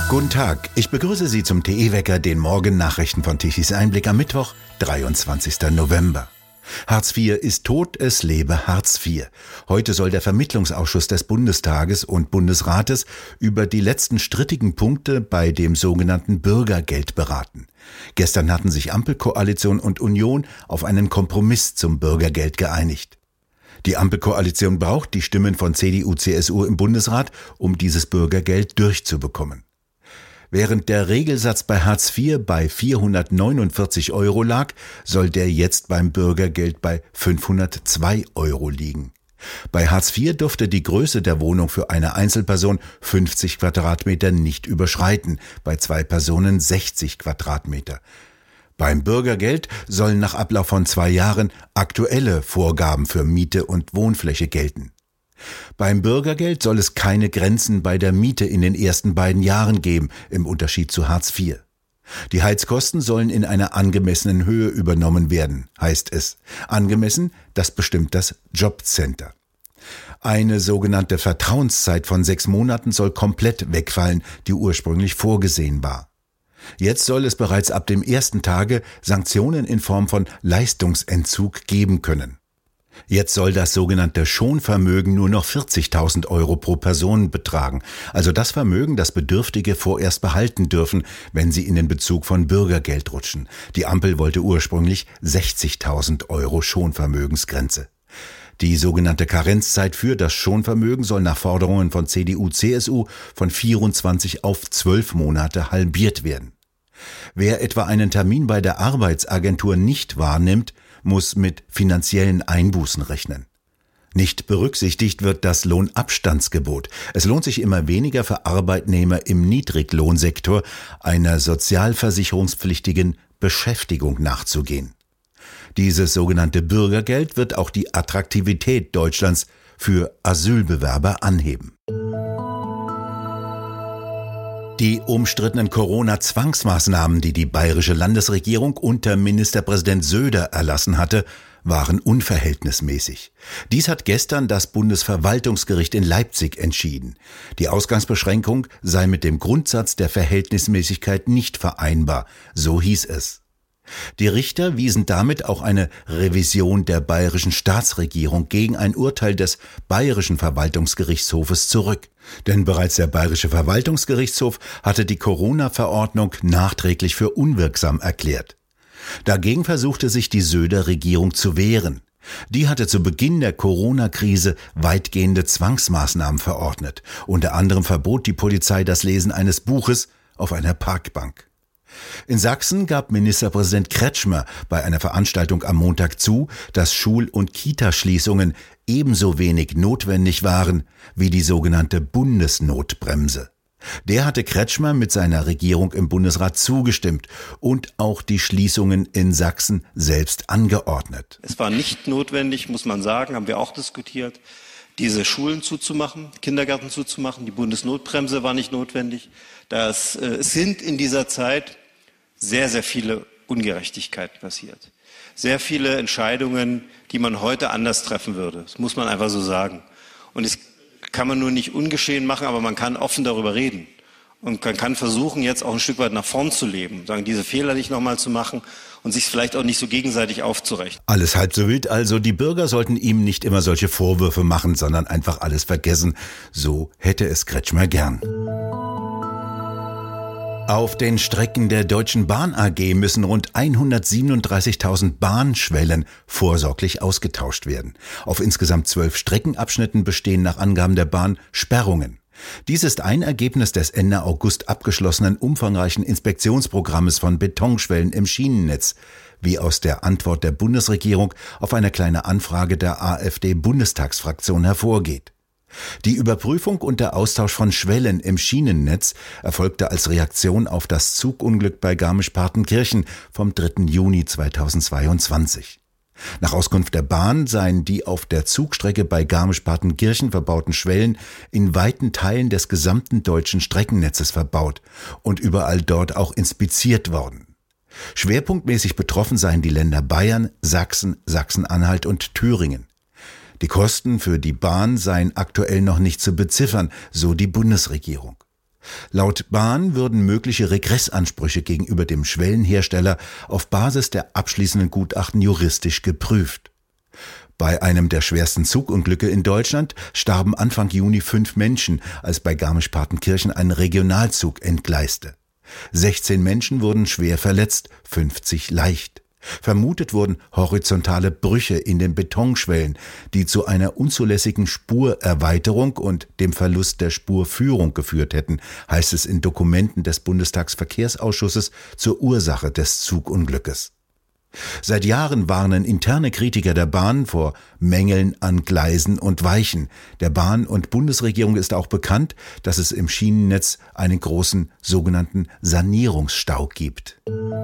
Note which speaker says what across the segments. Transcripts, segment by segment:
Speaker 1: Guten Tag, ich begrüße Sie zum TE-Wecker, den Morgennachrichten von Tichys Einblick am Mittwoch, 23. November. Hartz IV ist tot, es lebe Hartz IV. Heute soll der Vermittlungsausschuss des Bundestages und Bundesrates über die letzten strittigen Punkte bei dem sogenannten Bürgergeld beraten. Gestern hatten sich Ampelkoalition und Union auf einen Kompromiss zum Bürgergeld geeinigt. Die Ampelkoalition braucht die Stimmen von CDU, CSU im Bundesrat, um dieses Bürgergeld durchzubekommen. Während der Regelsatz bei Hartz IV bei 449 € lag, soll der jetzt beim Bürgergeld bei 502 € liegen. Bei Hartz IV durfte die Größe der Wohnung für eine Einzelperson 50 Quadratmeter nicht überschreiten, bei 2 Personen 60 Quadratmeter. Beim Bürgergeld sollen nach Ablauf von 2 Jahren aktuelle Vorgaben für Miete und Wohnfläche gelten. Beim Bürgergeld soll es keine Grenzen bei der Miete in den ersten beiden Jahren geben, im Unterschied zu Hartz IV. Die Heizkosten sollen in einer angemessenen Höhe übernommen werden, heißt es. Angemessen, das bestimmt das Jobcenter. Eine sogenannte Vertrauenszeit von 6 Monaten soll komplett wegfallen, die ursprünglich vorgesehen war. Jetzt soll es bereits ab dem ersten Tage Sanktionen in Form von Leistungsentzug geben können. Jetzt soll das sogenannte Schonvermögen nur noch 40.000 € pro Person betragen, also das Vermögen, das Bedürftige vorerst behalten dürfen, wenn sie in den Bezug von Bürgergeld rutschen. Die Ampel wollte ursprünglich 60.000 € Schonvermögensgrenze. Die sogenannte Karenzzeit für das Schonvermögen soll nach Forderungen von CDU, CSU von 24 auf 12 Monate halbiert werden. Wer etwa einen Termin bei der Arbeitsagentur nicht wahrnimmt, muss mit finanziellen Einbußen rechnen. Nicht berücksichtigt wird das Lohnabstandsgebot. Es lohnt sich immer weniger für Arbeitnehmer im Niedriglohnsektor, einer sozialversicherungspflichtigen Beschäftigung nachzugehen. Dieses sogenannte Bürgergeld wird auch die Attraktivität Deutschlands für Asylbewerber anheben. Die umstrittenen Corona-Zwangsmaßnahmen, die die bayerische Landesregierung unter Ministerpräsident Söder erlassen hatte, waren unverhältnismäßig. Dies hat gestern das Bundesverwaltungsgericht in Leipzig entschieden. Die Ausgangsbeschränkung sei mit dem Grundsatz der Verhältnismäßigkeit nicht vereinbar, so hieß es. Die Richter wiesen damit auch eine Revision der bayerischen Staatsregierung gegen ein Urteil des bayerischen Verwaltungsgerichtshofes zurück. Denn bereits der bayerische Verwaltungsgerichtshof hatte die Corona-Verordnung nachträglich für unwirksam erklärt. Dagegen versuchte sich die Söder-Regierung zu wehren. Die hatte zu Beginn der Corona-Krise weitgehende Zwangsmaßnahmen verordnet. Unter anderem verbot die Polizei das Lesen eines Buches auf einer Parkbank. In Sachsen gab Ministerpräsident Kretschmer bei einer Veranstaltung am Montag zu, dass Schul- und Kitaschließungen ebenso wenig notwendig waren wie die sogenannte Bundesnotbremse. Der hatte Kretschmer mit seiner Regierung im Bundesrat zugestimmt und auch die Schließungen in Sachsen selbst angeordnet.
Speaker 2: Es war nicht notwendig, muss man sagen, haben wir auch diskutiert, diese Schulen zuzumachen, Kindergärten zuzumachen. Die Bundesnotbremse war nicht notwendig. Es sind in dieser Zeit sehr, sehr viele Ungerechtigkeiten passiert. Sehr viele Entscheidungen, die man heute anders treffen würde. Das muss man einfach so sagen. Und das kann man nur nicht ungeschehen machen, aber man kann offen darüber reden. Und man kann versuchen, jetzt auch ein Stück weit nach vorn zu leben, sagen, diese Fehler nicht nochmal zu machen und sich vielleicht auch nicht so gegenseitig aufzurechnen.
Speaker 1: Alles halb so wild also, die Bürger sollten ihm nicht immer solche Vorwürfe machen, sondern einfach alles vergessen. So hätte es Kretschmer gern. Auf den Strecken der Deutschen Bahn AG müssen rund 137.000 Bahnschwellen vorsorglich ausgetauscht werden. Auf insgesamt 12 Streckenabschnitten bestehen nach Angaben der Bahn Sperrungen. Dies ist ein Ergebnis des Ende August abgeschlossenen umfangreichen Inspektionsprogrammes von Betonschwellen im Schienennetz, wie aus der Antwort der Bundesregierung auf eine kleine Anfrage der AfD-Bundestagsfraktion hervorgeht. Die Überprüfung und der Austausch von Schwellen im Schienennetz erfolgte als Reaktion auf das Zugunglück bei Garmisch-Partenkirchen vom 3. Juni 2022. Nach Auskunft der Bahn seien die auf der Zugstrecke bei Garmisch-Partenkirchen verbauten Schwellen in weiten Teilen des gesamten deutschen Streckennetzes verbaut und überall dort auch inspiziert worden. Schwerpunktmäßig betroffen seien die Länder Bayern, Sachsen, Sachsen-Anhalt und Thüringen. Die Kosten für die Bahn seien aktuell noch nicht zu beziffern, so die Bundesregierung. Laut Bahn würden mögliche Regressansprüche gegenüber dem Schwellenhersteller auf Basis der abschließenden Gutachten juristisch geprüft. Bei einem der schwersten Zugunglücke in Deutschland starben Anfang Juni 5 Menschen, als bei Garmisch-Partenkirchen ein Regionalzug entgleiste. 16 Menschen wurden schwer verletzt, 50 leicht. Vermutet wurden horizontale Brüche in den Betonschwellen, die zu einer unzulässigen Spurerweiterung und dem Verlust der Spurführung geführt hätten, heißt es in Dokumenten des Bundestagsverkehrsausschusses zur Ursache des Zugunglückes. Seit Jahren warnen interne Kritiker der Bahn vor Mängeln an Gleisen und Weichen. Der Bahn- und Bundesregierung ist auch bekannt, dass es im Schienennetz einen großen sogenannten Sanierungsstau gibt.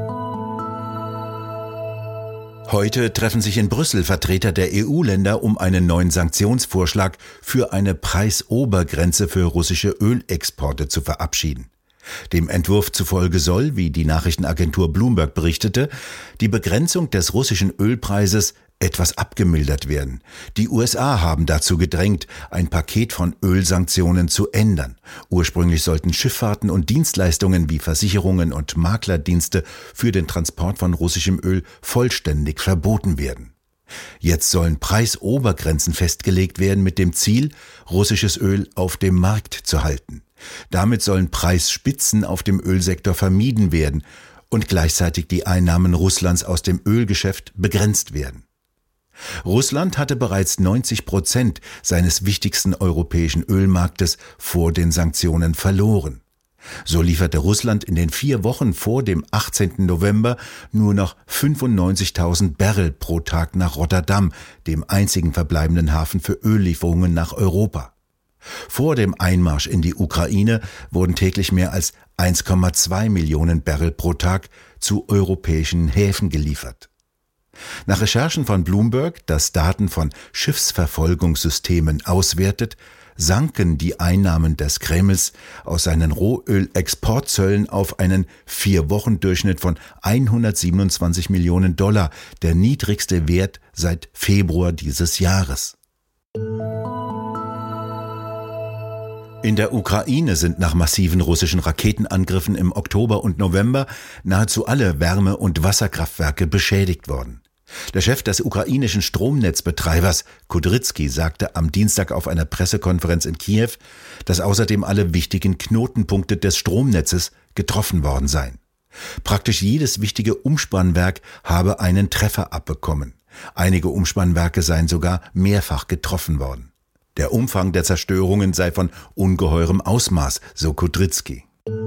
Speaker 1: Heute treffen sich in Brüssel Vertreter der EU-Länder, um einen neuen Sanktionsvorschlag für eine Preisobergrenze für russische Ölexporte zu verabschieden. Dem Entwurf zufolge soll, wie die Nachrichtenagentur Bloomberg berichtete, die Begrenzung des russischen Ölpreises etwas abgemildert werden. Die USA haben dazu gedrängt, ein Paket von Ölsanktionen zu ändern. Ursprünglich sollten Schifffahrten und Dienstleistungen wie Versicherungen und Maklerdienste für den Transport von russischem Öl vollständig verboten werden. Jetzt sollen Preisobergrenzen festgelegt werden mit dem Ziel, russisches Öl auf dem Markt zu halten. Damit sollen Preisspitzen auf dem Ölsektor vermieden werden und gleichzeitig die Einnahmen Russlands aus dem Ölgeschäft begrenzt werden. Russland hatte bereits 90% seines wichtigsten europäischen Ölmarktes vor den Sanktionen verloren. So lieferte Russland in den 4 Wochen vor dem 18. November nur noch 95.000 Barrel pro Tag nach Rotterdam, dem einzigen verbleibenden Hafen für Öllieferungen nach Europa. Vor dem Einmarsch in die Ukraine wurden täglich mehr als 1,2 Millionen Barrel pro Tag zu europäischen Häfen geliefert. Nach Recherchen von Bloomberg, das Daten von Schiffsverfolgungssystemen auswertet, sanken die Einnahmen des Kremls aus seinen Rohölexportzöllen auf einen 4-Wochen-Durchschnitt von 127 Millionen $, der niedrigste Wert seit Februar dieses Jahres. In der Ukraine sind nach massiven russischen Raketenangriffen im Oktober und November nahezu alle Wärme- und Wasserkraftwerke beschädigt worden. Der Chef des ukrainischen Stromnetzbetreibers, Kudrytsky, sagte am Dienstag auf einer Pressekonferenz in Kiew, dass außerdem alle wichtigen Knotenpunkte des Stromnetzes getroffen worden seien. Praktisch jedes wichtige Umspannwerk habe einen Treffer abbekommen. Einige Umspannwerke seien sogar mehrfach getroffen worden. Der Umfang der Zerstörungen sei von ungeheurem Ausmaß, so Kudrytsky.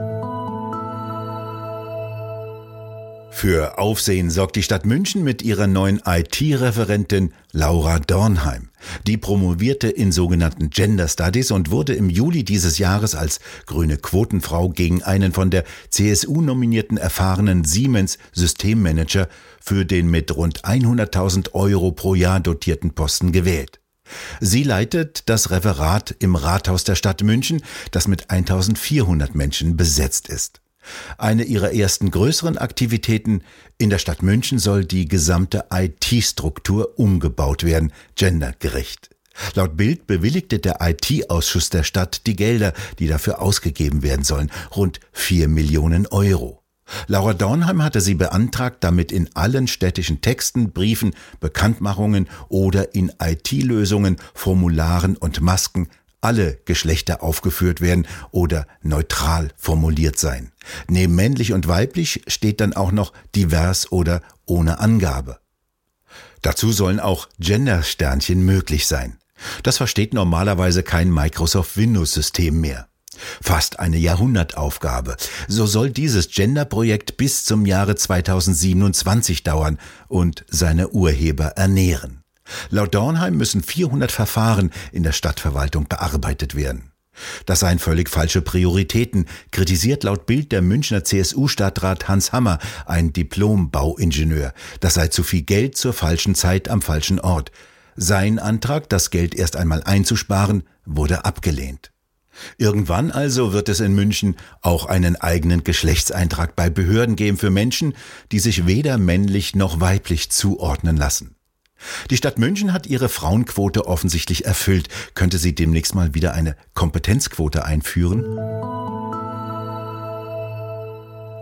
Speaker 1: Für Aufsehen sorgt die Stadt München mit ihrer neuen IT-Referentin Laura Dornheim. Die promovierte in sogenannten Gender Studies und wurde im Juli dieses Jahres als grüne Quotenfrau gegen einen von der CSU nominierten erfahrenen Siemens-Systemmanager für den mit rund 100.000 € pro Jahr dotierten Posten gewählt. Sie leitet das Referat im Rathaus der Stadt München, das mit 1.400 Menschen besetzt ist. Eine ihrer ersten größeren Aktivitäten: in der Stadt München soll die gesamte IT-Struktur umgebaut werden, gendergerecht. Laut Bild bewilligte der IT-Ausschuss der Stadt die Gelder, die dafür ausgegeben werden sollen, rund 4 Millionen €. Laura Dornheim hatte sie beantragt, damit in allen städtischen Texten, Briefen, Bekanntmachungen oder in IT-Lösungen, Formularen und Masken alle Geschlechter aufgeführt werden oder neutral formuliert seien. Neben männlich und weiblich steht dann auch noch divers oder ohne Angabe. Dazu sollen auch Gender-Sternchen möglich sein. Das versteht normalerweise kein Microsoft-Windows-System mehr. Fast eine Jahrhundertaufgabe. So soll dieses Gender-Projekt bis zum Jahre 2027 dauern und seine Urheber ernähren. Laut Dornheim müssen 400 Verfahren in der Stadtverwaltung bearbeitet werden. Das seien völlig falsche Prioritäten, kritisiert laut Bild der Münchner CSU-Stadtrat Hans Hammer, ein Diplom-Bauingenieur. Das sei zu viel Geld zur falschen Zeit am falschen Ort. Sein Antrag, das Geld erst einmal einzusparen, wurde abgelehnt. Irgendwann also wird es in München auch einen eigenen Geschlechtseintrag bei Behörden geben für Menschen, die sich weder männlich noch weiblich zuordnen lassen. Die Stadt München hat ihre Frauenquote offensichtlich erfüllt. Könnte sie demnächst mal wieder eine Kompetenzquote einführen?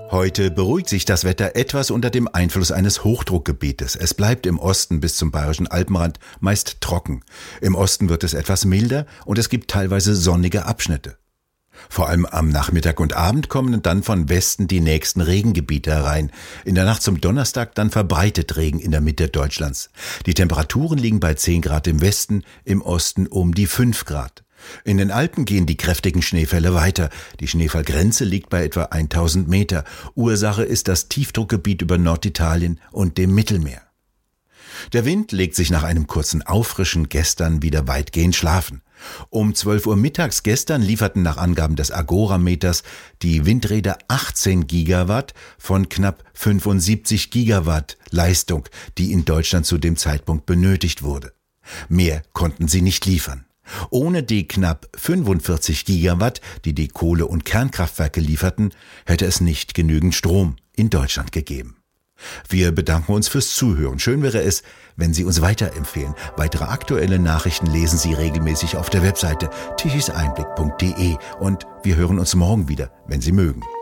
Speaker 1: Heute beruhigt sich das Wetter etwas unter dem Einfluss eines Hochdruckgebietes. Es bleibt im Osten bis zum bayerischen Alpenrand meist trocken. Im Osten wird es etwas milder und es gibt teilweise sonnige Abschnitte. Vor allem am Nachmittag und Abend kommen dann von Westen die nächsten Regengebiete herein. In der Nacht zum Donnerstag dann verbreitet Regen in der Mitte Deutschlands. Die Temperaturen liegen bei 10 Grad im Westen, im Osten um die 5 Grad. In den Alpen gehen die kräftigen Schneefälle weiter. Die Schneefallgrenze liegt bei etwa 1000 Meter. Ursache ist das Tiefdruckgebiet über Norditalien und dem Mittelmeer. Der Wind legt sich nach einem kurzen Auffrischen gestern wieder weitgehend schlafen. Um 12 Uhr mittags gestern lieferten nach Angaben des Agora-Meters die Windräder 18 Gigawatt von knapp 75 Gigawatt Leistung, die in Deutschland zu dem Zeitpunkt benötigt wurde. Mehr konnten sie nicht liefern. Ohne die knapp 45 Gigawatt, die die Kohle- und Kernkraftwerke lieferten, hätte es nicht genügend Strom in Deutschland gegeben. Wir bedanken uns fürs Zuhören. Schön wäre es, wenn Sie uns weiterempfehlen. Weitere aktuelle Nachrichten lesen Sie regelmäßig auf der Webseite tichiseinblick.de und wir hören uns morgen wieder, wenn Sie mögen.